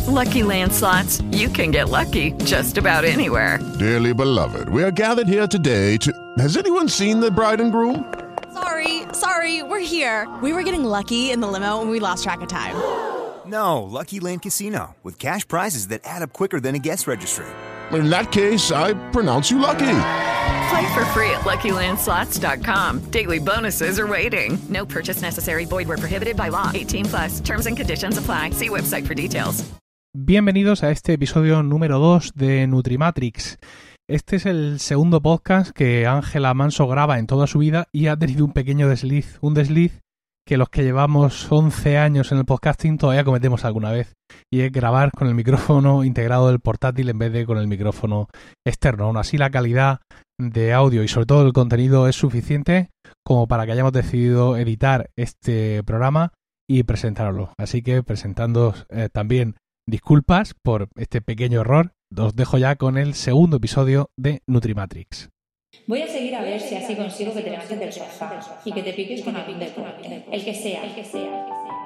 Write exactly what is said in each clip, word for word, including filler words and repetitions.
Lucky Land Slots, you can get lucky just about anywhere. Dearly beloved, we are gathered here today to... Has anyone seen the bride and groom? Sorry, sorry, we're here. We were getting lucky in the limo and we lost track of time. No, Lucky Land Casino, with cash prizes that add up quicker than a guest registry. In that case, I pronounce you lucky. Play for free at Lucky Land Slots dot com. Daily bonuses are waiting. No purchase necessary. Void where prohibited by law. eighteen plus. Terms and conditions apply. See website for details. Bienvenidos a este episodio número dos de Nutrimatrix. Este es el segundo podcast que Ángela Manso graba en toda su vida y ha tenido un pequeño desliz, un desliz que los que llevamos once años en el podcasting todavía cometemos alguna vez, y es grabar con el micrófono integrado del portátil en vez de con el micrófono externo. Aún así, la calidad de audio y sobre todo el contenido es suficiente como para que hayamos decidido editar este programa y presentarlo. Así que presentando eh, también disculpas por este pequeño error, os dejo ya con el segundo episodio de Nutrimatrix. Voy a seguir a ver si así consigo que te levantes del sofá y que te piques con algún deporte, el que sea, el que sea.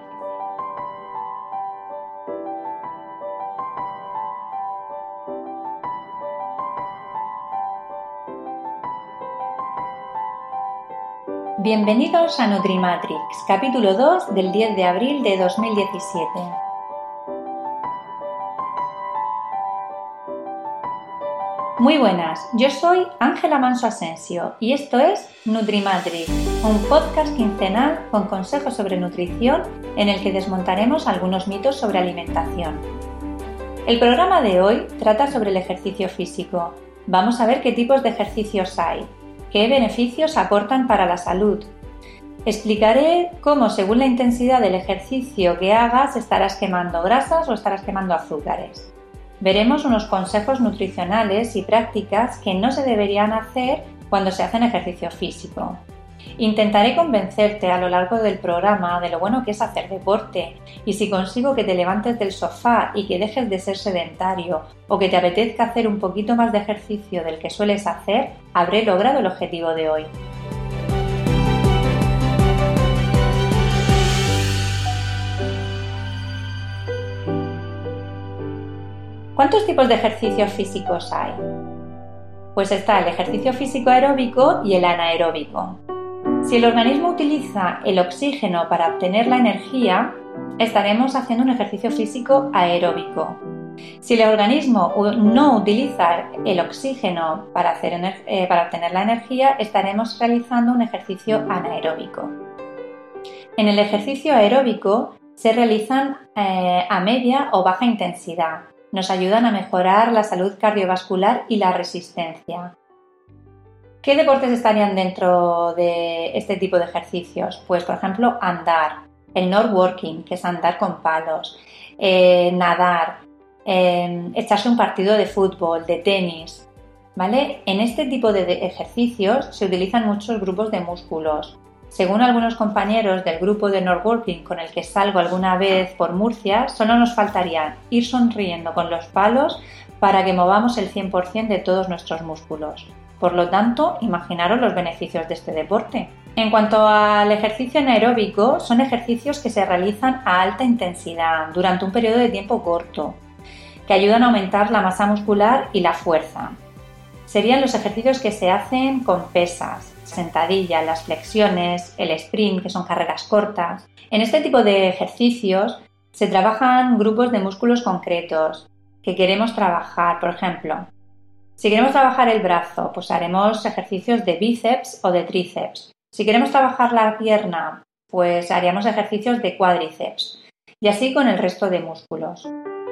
Bienvenidos a Nutrimatrix, capítulo dos del diez de abril de dos mil diecisiete. Muy buenas, yo soy Ángela Manso Asensio y esto es Nutrimatrix, un podcast quincenal con consejos sobre nutrición en el que desmontaremos algunos mitos sobre alimentación. El programa de hoy trata sobre el ejercicio físico. Vamos a ver qué tipos de ejercicios hay, qué beneficios aportan para la salud. Explicaré cómo, según la intensidad del ejercicio que hagas, estarás quemando grasas o estarás quemando azúcares. Veremos unos consejos nutricionales y prácticas que no se deberían hacer cuando se hace ejercicio físico. Intentaré convencerte a lo largo del programa de lo bueno que es hacer deporte, y si consigo que te levantes del sofá y que dejes de ser sedentario o que te apetezca hacer un poquito más de ejercicio del que sueles hacer, habré logrado el objetivo de hoy. ¿Cuántos tipos de ejercicios físicos hay? Pues está el ejercicio físico aeróbico y el anaeróbico. Si el organismo utiliza el oxígeno para obtener la energía, estaremos haciendo un ejercicio físico aeróbico. Si el organismo no utiliza el oxígeno para, hacer, eh, para obtener la energía, estaremos realizando un ejercicio anaeróbico. En el ejercicio aeróbico se realizan eh, a media o baja intensidad. Nos ayudan a mejorar la salud cardiovascular y la resistencia. ¿Qué deportes estarían dentro de este tipo de ejercicios? Pues, por ejemplo, andar, el Northwalking, que es andar con palos, eh, nadar, eh, echarse un partido de fútbol, de tenis, ¿vale? En este tipo de ejercicios se utilizan muchos grupos de músculos. Según algunos compañeros del grupo de Northwalking con el que salgo alguna vez por Murcia, solo nos faltaría ir sonriendo con los palos para que movamos el cien por ciento de todos nuestros músculos. Por lo tanto, imaginaros los beneficios de este deporte. En cuanto al ejercicio anaeróbico, son ejercicios que se realizan a alta intensidad durante un periodo de tiempo corto, que ayudan a aumentar la masa muscular y la fuerza. Serían los ejercicios que se hacen con pesas, sentadilla, las flexiones, el sprint, que son carreras cortas. En este tipo de ejercicios se trabajan grupos de músculos concretos que queremos trabajar. Por ejemplo, si queremos trabajar el brazo, pues haremos ejercicios de bíceps o de tríceps. Si queremos trabajar la pierna, pues haríamos ejercicios de cuádriceps. Y así con el resto de músculos.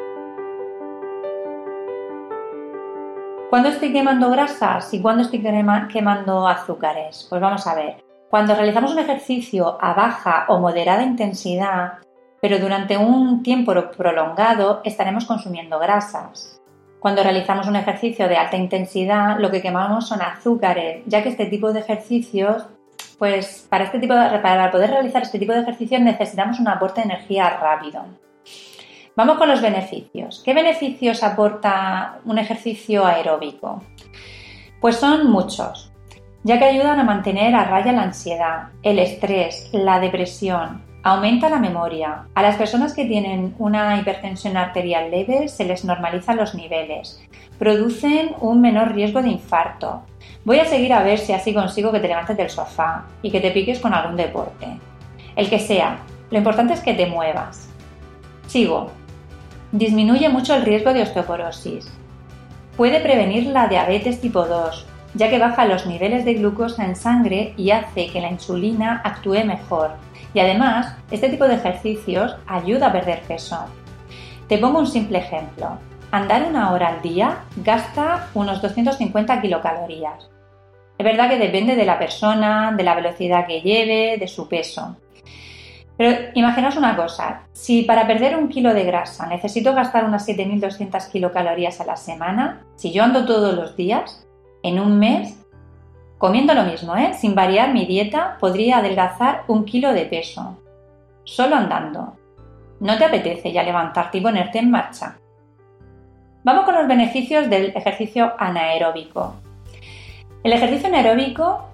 ¿Cuándo estoy quemando grasas y cuándo estoy quemando azúcares? Pues vamos a ver. Cuando realizamos un ejercicio a baja o moderada intensidad, pero durante un tiempo prolongado, estaremos consumiendo grasas. Cuando realizamos un ejercicio de alta intensidad, lo que quemamos son azúcares, ya que este tipo de ejercicios, pues para, este tipo de, para poder realizar este tipo de ejercicios necesitamos un aporte de energía rápido. Vamos con los beneficios. ¿Qué beneficios aporta un ejercicio aeróbico? Pues son muchos, ya que ayudan a mantener a raya la ansiedad, el estrés, la depresión, Aumenta la memoria. A las personas que tienen una hipertensión arterial leve se les normalizan los niveles. Producen un menor riesgo de infarto. Voy a seguir a ver si así consigo que te levantes del sofá y que te piques con algún deporte. El que sea. Lo importante es que te muevas. Sigo. Disminuye mucho el riesgo de osteoporosis. Puede prevenir la diabetes tipo dos, ya que baja los niveles de glucosa en sangre y hace que la insulina actúe mejor. Y además, este tipo de ejercicios ayuda a perder peso. Te pongo un simple ejemplo. Andar una hora al día gasta unos doscientas cincuenta kilocalorías. Es verdad que depende de la persona, de la velocidad que lleve, de su peso. Pero imaginaos una cosa, si para perder un kilo de grasa necesito gastar unas siete mil doscientas kilocalorías a la semana, si yo ando todos los días, en un mes, comiendo lo mismo, ¿eh? sin variar mi dieta, podría adelgazar un kilo de peso. Solo andando. ¿No te apetece ya levantarte y ponerte en marcha? Vamos con los beneficios del ejercicio anaeróbico. El ejercicio anaeróbico,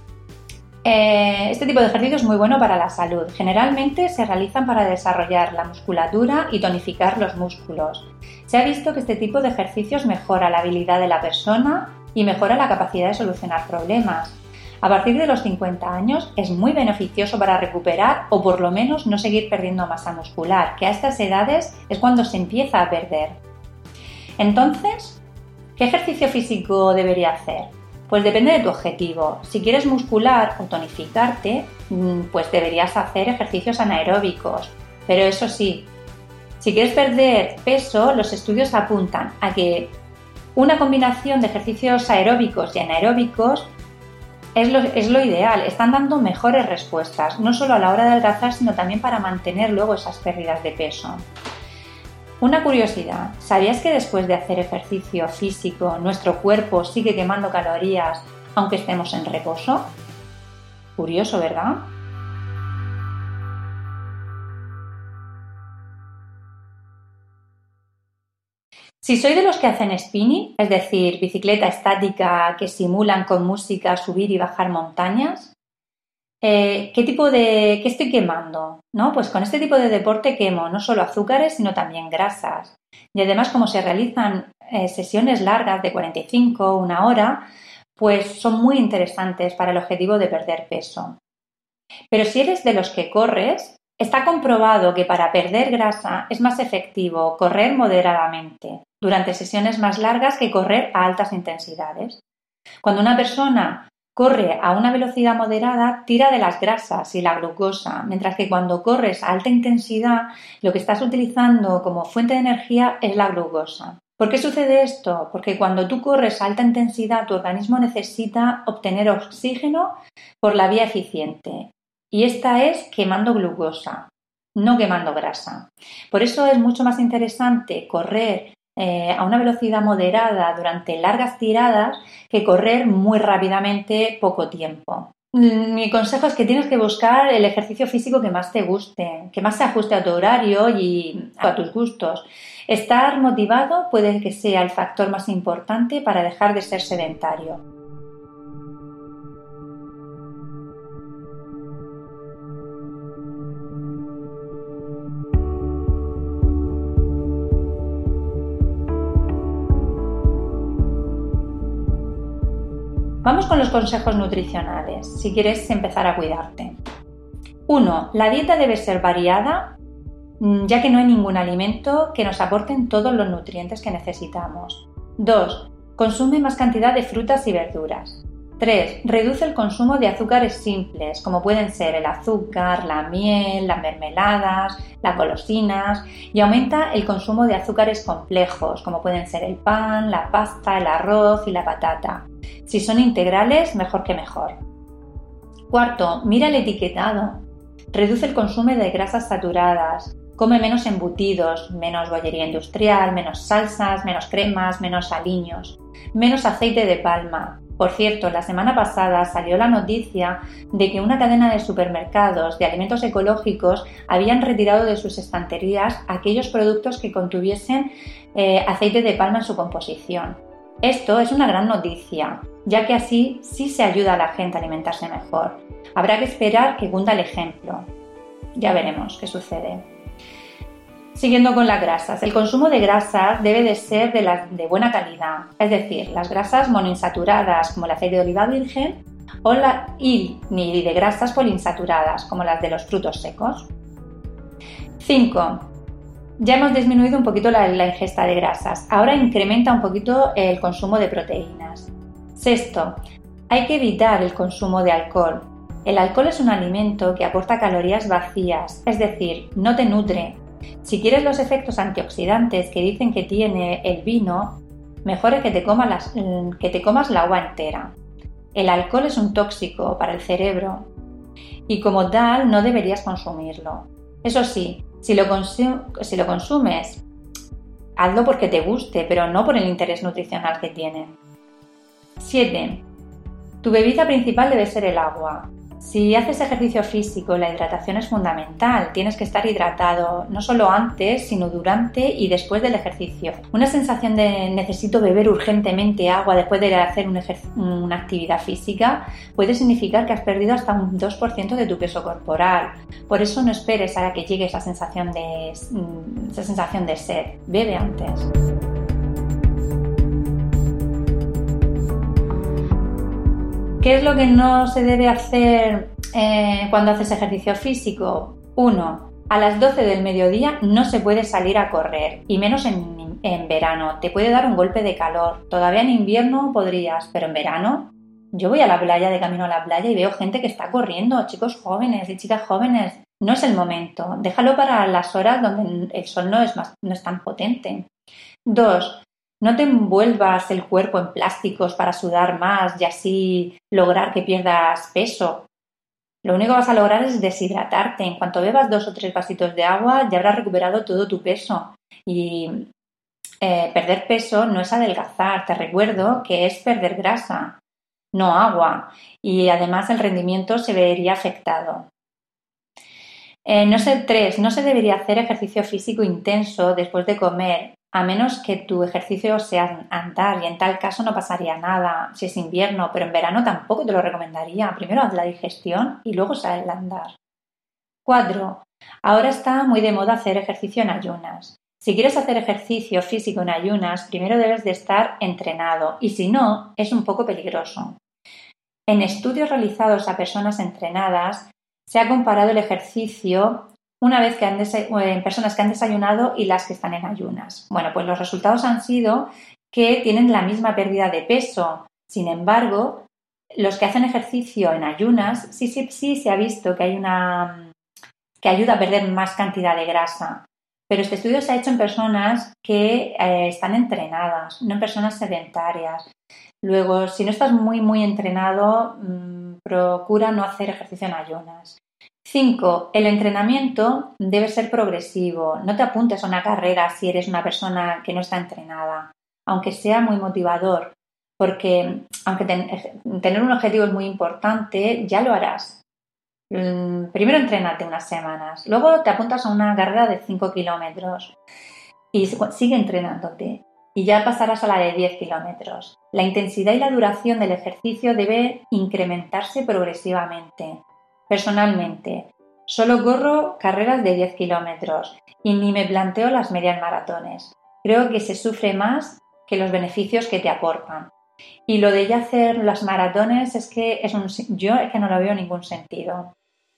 eh, este tipo de ejercicio es muy bueno para la salud. Generalmente se realizan para desarrollar la musculatura y tonificar los músculos. Se ha visto que este tipo de ejercicios mejora la habilidad de la persona y mejora la capacidad de solucionar problemas. A partir de los cincuenta años es muy beneficioso para recuperar o por lo menos no seguir perdiendo masa muscular, que a estas edades es cuando se empieza a perder. Entonces, ¿qué ejercicio físico debería hacer? Pues depende de tu objetivo. Si quieres muscular o tonificarte, pues deberías hacer ejercicios anaeróbicos. Pero eso sí, si quieres perder peso, los estudios apuntan a que una combinación de ejercicios aeróbicos y anaeróbicos es lo, es lo ideal. Están dando mejores respuestas, no solo a la hora de adelgazar, sino también para mantener luego esas pérdidas de peso. Una curiosidad, ¿sabías que después de hacer ejercicio físico nuestro cuerpo sigue quemando calorías aunque estemos en reposo? Curioso, ¿verdad? Si soy de los que hacen spinning, es decir, bicicleta estática que simulan con música subir y bajar montañas, eh, ¿qué tipo de qué estoy quemando? ¿No? Pues con este tipo de deporte quemo no solo azúcares, sino también grasas. Y además, como se realizan eh, sesiones largas de cuarenta y cinco, una hora, pues son muy interesantes para el objetivo de perder peso. Pero si eres de los que corres, está comprobado que para perder grasa es más efectivo correr moderadamente durante sesiones más largas que correr a altas intensidades. Cuando una persona corre a una velocidad moderada, tira de las grasas y la glucosa, mientras que cuando corres a alta intensidad, lo que estás utilizando como fuente de energía es la glucosa. ¿Por qué sucede esto? Porque cuando tú corres a alta intensidad, tu organismo necesita obtener oxígeno por la vía eficiente. Y esta es quemando glucosa, no quemando grasa. Por eso es mucho más interesante correr eh, a una velocidad moderada durante largas tiradas que correr muy rápidamente poco tiempo. Mi consejo es que tienes que buscar el ejercicio físico que más te guste, que más se ajuste a tu horario y a tus gustos. Estar motivado puede que sea el factor más importante para dejar de ser sedentario. Vamos con los consejos nutricionales, si quieres empezar a cuidarte. uno. La dieta debe ser variada, ya que no hay ningún alimento que nos aporten todos los nutrientes que necesitamos. dos. Consume más cantidad de frutas y verduras. tres. Reduce el consumo de azúcares simples, como pueden ser el azúcar, la miel, las mermeladas, las golosinas, y aumenta el consumo de azúcares complejos, como pueden ser el pan, la pasta, el arroz y la patata. Si son integrales, mejor que mejor. Cuarto, mira el etiquetado. Reduce el consumo de grasas saturadas. Come menos embutidos, menos bollería industrial, menos salsas, menos cremas, menos aliños, menos aceite de palma. Por cierto, la semana pasada salió la noticia de que una cadena de supermercados de alimentos ecológicos habían retirado de sus estanterías aquellos productos que contuviesen eh, aceite de palma en su composición. Esto es una gran noticia, ya que así sí se ayuda a la gente a alimentarse mejor. Habrá que esperar que cunda el ejemplo. ya veremos qué sucede. Siguiendo con las grasas, el consumo de grasas debe de ser de, la, de buena calidad, es decir, las grasas monoinsaturadas como el aceite de oliva virgen o la, y ni de grasas poliinsaturadas como las de los frutos secos. cinco. Ya hemos disminuido un poquito la, la ingesta de grasas, ahora incrementa un poquito el consumo de proteínas. Sexto, hay que evitar el consumo de alcohol. El alcohol es un alimento que aporta calorías vacías, es decir, no te nutre. Si quieres los efectos antioxidantes que dicen que tiene el vino, mejor es que te comas, las, que te comas la uva entera. El alcohol es un tóxico para el cerebro y como tal no deberías consumirlo. Eso sí, si lo, consum- si lo consumes, hazlo porque te guste, pero no por el interés nutricional que tiene. siete. Tu bebida principal debe ser el agua. Si haces ejercicio físico, la hidratación es fundamental. Tienes que estar hidratado no solo antes, sino durante y después del ejercicio. Una sensación de necesito beber urgentemente agua después de hacer un ejer- una actividad física puede significar que has perdido hasta un dos por ciento de tu peso corporal. Por eso no esperes a que llegue esa sensación de, esa sensación de sed. Bebe antes. ¿Qué es lo que no se debe hacer eh, cuando haces ejercicio físico? uno. A las doce del mediodía no se puede salir a correr, y menos en, en verano. Te puede dar un golpe de calor. Todavía en invierno podrías, pero en verano... Yo voy a la playa, de camino a la playa, y veo gente que está corriendo, chicos jóvenes y chicas jóvenes. No es el momento. Déjalo para las horas donde el sol no es, más, no es tan potente. dos. No te envuelvas el cuerpo en plásticos para sudar más y así lograr que pierdas peso. Lo único que vas a lograr es deshidratarte. En cuanto bebas dos o tres vasitos de agua ya habrás recuperado todo tu peso. Y eh, perder peso no es adelgazar. Te recuerdo que es perder grasa, no agua. Y además el rendimiento se vería afectado. Eh, no sé, tres. No se debería hacer ejercicio físico intenso después de comer, a menos que tu ejercicio sea andar, y en tal caso no pasaría nada si es invierno, pero en verano tampoco te lo recomendaría. Primero haz la digestión y luego sal a andar. cuatro. Ahora está muy de moda hacer ejercicio en ayunas. Si quieres hacer ejercicio físico en ayunas, primero debes de estar entrenado y si no, es un poco peligroso. En estudios realizados a personas entrenadas, se ha comparado el ejercicio una vez que han desa- en personas que han desayunado y las que están en ayunas. Bueno, pues los resultados han sido que tienen la misma pérdida de peso. Sin embargo, los que hacen ejercicio en ayunas, sí, sí, sí se ha visto que hay una que ayuda a perder más cantidad de grasa. Pero este estudio se ha hecho en personas que eh, están entrenadas, no en personas sedentarias. Luego, si no estás muy, muy entrenado, mmm, procura no hacer ejercicio en ayunas. cinco. El entrenamiento debe ser progresivo. No te apuntes a una carrera si eres una persona que no está entrenada, aunque sea muy motivador, porque aunque ten, tener un objetivo es muy importante, ya lo harás. Primero entrénate unas semanas, luego te apuntas a una carrera de cinco kilómetros y sigue entrenándote y ya pasarás a la de diez kilómetros. La intensidad y la duración del ejercicio debe incrementarse progresivamente. Personalmente, solo corro carreras de diez kilómetros y ni me planteo las medias maratones. Creo que se sufre más que los beneficios que te aportan. Y lo de ya hacer las maratones es que es un, yo es que no lo veo ningún sentido.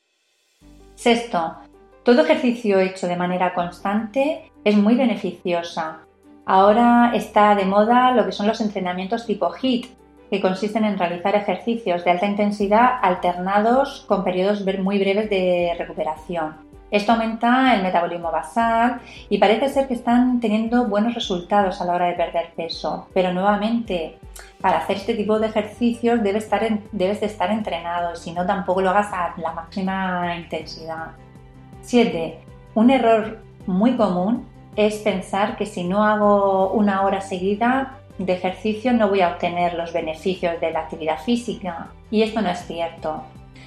Sexto, todo ejercicio hecho de manera constante es muy beneficiosa. Ahora está de moda lo que son los entrenamientos tipo HIIT, que consisten en realizar ejercicios de alta intensidad alternados con periodos muy breves de recuperación. Esto aumenta el metabolismo basal y parece ser que están teniendo buenos resultados a la hora de perder peso. Pero nuevamente, para hacer este tipo de ejercicios debes, estar en, debes de estar entrenado, si no tampoco lo hagas a la máxima intensidad. siete. Un error muy común es pensar que si no hago una hora seguida de ejercicio no voy a obtener los beneficios de la actividad física, y esto no es cierto.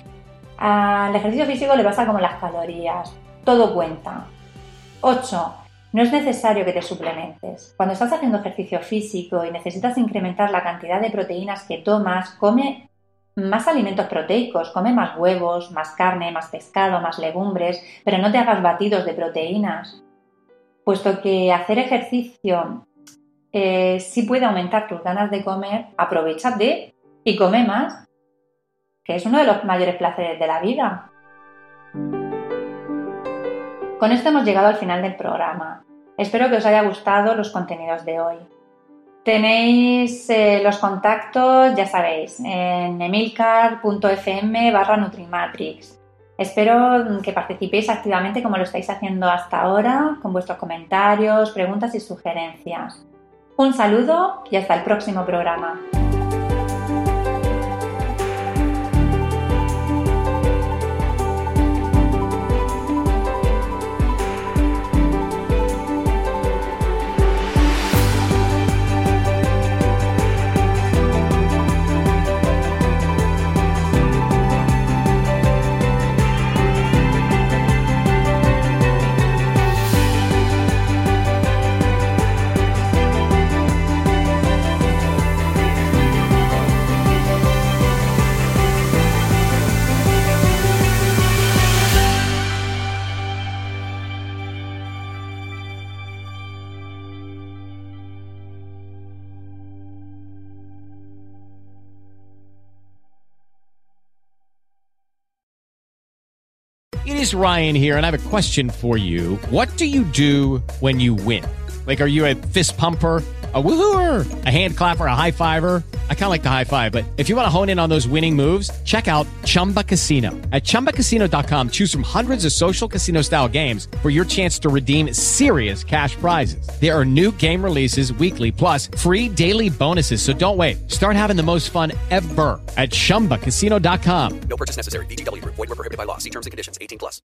Al ejercicio físico le pasa como las calorías, todo cuenta. ocho. No es necesario que te suplementes. Cuando estás haciendo ejercicio físico y necesitas incrementar la cantidad de proteínas que tomas, come más alimentos proteicos, come más huevos, más carne, más pescado, más legumbres, pero no te hagas batidos de proteínas, puesto que hacer ejercicio eh, sí puede aumentar tus ganas de comer. Aprovéchate y come más, que es uno de los mayores placeres de la vida. Con esto hemos llegado al final del programa. Espero que os haya gustado los contenidos de hoy. Tenéis eh, los contactos, ya sabéis, en emilcar.fm barra Nutrimatrix. Espero que participéis activamente como lo estáis haciendo hasta ahora, con vuestros comentarios, preguntas y sugerencias. Un saludo y hasta el próximo programa. It is Ryan here, and I have a question for you. What do you do when you win? Like, are you a fist pumper, a woohooer, a hand clapper, a high fiver? I kind of like the high five, but if you want to hone in on those winning moves, check out Chumba Casino. At chumba casino dot com, choose from hundreds of social casino-style games for your chance to redeem serious cash prizes. There are new game releases weekly, plus free daily bonuses, so don't wait. Start having the most fun ever at chumba casino dot com. No purchase necessary. V G W Group. Void where prohibited by law. See terms and conditions. eighteen plus.